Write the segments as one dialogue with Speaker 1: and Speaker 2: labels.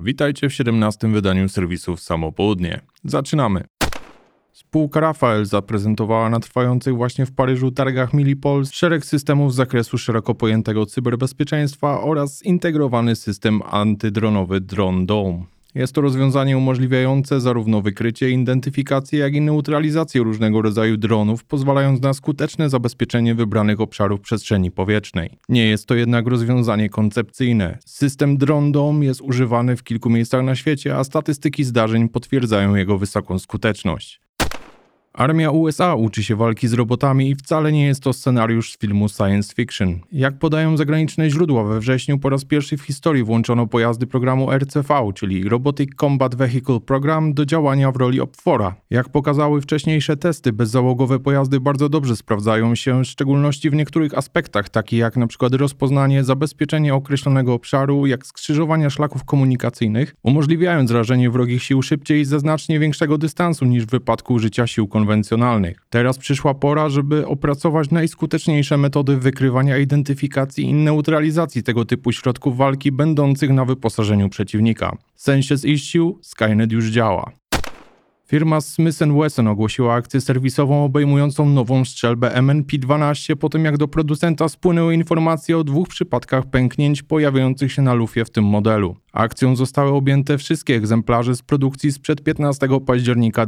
Speaker 1: Witajcie w 17. wydaniu serwisu Samo Południe. Zaczynamy. Spółka Rafael zaprezentowała na trwających właśnie w Paryżu targach Milipol szereg systemów z zakresu szeroko pojętego cyberbezpieczeństwa oraz zintegrowany system antydronowy Drone Dome. Jest to rozwiązanie umożliwiające zarówno wykrycie, identyfikację, jak i neutralizację różnego rodzaju dronów, pozwalając na skuteczne zabezpieczenie wybranych obszarów przestrzeni powietrznej. Nie jest to jednak rozwiązanie koncepcyjne. System Drone Dome jest używany w kilku miejscach na świecie, a statystyki zdarzeń potwierdzają jego wysoką skuteczność. Armia USA uczy się walki z robotami i wcale nie jest to scenariusz z filmu science fiction. Jak podają zagraniczne źródła, we wrześniu po raz pierwszy w historii włączono pojazdy programu RCV, czyli Robotic Combat Vehicle Program, do działania w roli opfora. Jak pokazały wcześniejsze testy, bezzałogowe pojazdy bardzo dobrze sprawdzają się, w szczególności w niektórych aspektach, takich jak np. rozpoznanie, zabezpieczenie określonego obszaru, jak skrzyżowania szlaków komunikacyjnych, umożliwiając rażenie wrogich sił szybciej i ze znacznie większego dystansu niż w wypadku użycia sił konwencjonalnych. Teraz przyszła pora, żeby opracować najskuteczniejsze metody wykrywania, identyfikacji i neutralizacji tego typu środków walki będących na wyposażeniu przeciwnika. Sensus Issue, Skynet już działa. Firma Smith & Wesson ogłosiła akcję serwisową obejmującą nową strzelbę MNP-12 po tym, jak do producenta spłynęły informacje o 2 przypadkach pęknięć pojawiających się na lufie w tym modelu. Akcją zostały objęte wszystkie egzemplarze z produkcji sprzed 15 października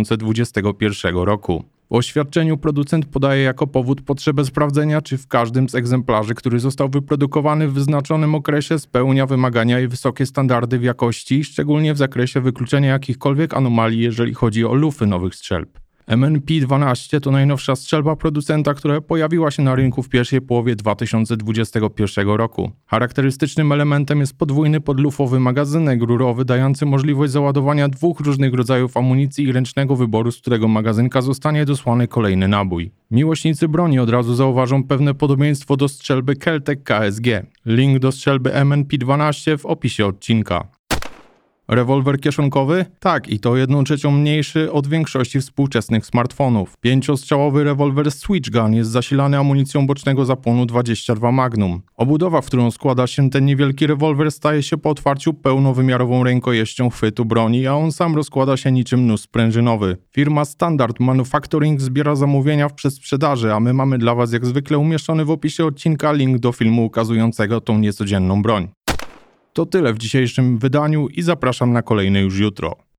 Speaker 1: 2021 roku. W oświadczeniu producent podaje jako powód potrzebę sprawdzenia, czy w każdym z egzemplarzy, który został wyprodukowany w wyznaczonym okresie, spełnia wymagania i wysokie standardy w jakości, szczególnie w zakresie wykluczenia jakichkolwiek anomalii, jeżeli chodzi o lufy nowych strzelb. MNP-12 to najnowsza strzelba producenta, która pojawiła się na rynku w pierwszej połowie 2021 roku. Charakterystycznym elementem jest podwójny podlufowy magazynek rurowy, dający możliwość załadowania 2 różnych rodzajów amunicji i ręcznego wyboru, z którego magazynka zostanie dosłany kolejny nabój. Miłośnicy broni od razu zauważą pewne podobieństwo do strzelby Keltec KSG. Link do strzelby MNP-12 w opisie odcinka. Rewolwer kieszonkowy? Tak, i to 1/3 mniejszy od większości współczesnych smartfonów. 5-strzałowy rewolwer Switch Gun jest zasilany amunicją bocznego zapłonu 22 Magnum. Obudowa, w którą składa się ten niewielki rewolwer, staje się po otwarciu pełnowymiarową rękojeścią chwytu broni, a on sam rozkłada się niczym nóż sprężynowy. Firma Standard Manufacturing zbiera zamówienia w przedsprzedaży, a my mamy dla Was jak zwykle umieszczony w opisie odcinka link do filmu ukazującego tą niecodzienną broń. To tyle w dzisiejszym wydaniu i zapraszam na kolejne już jutro.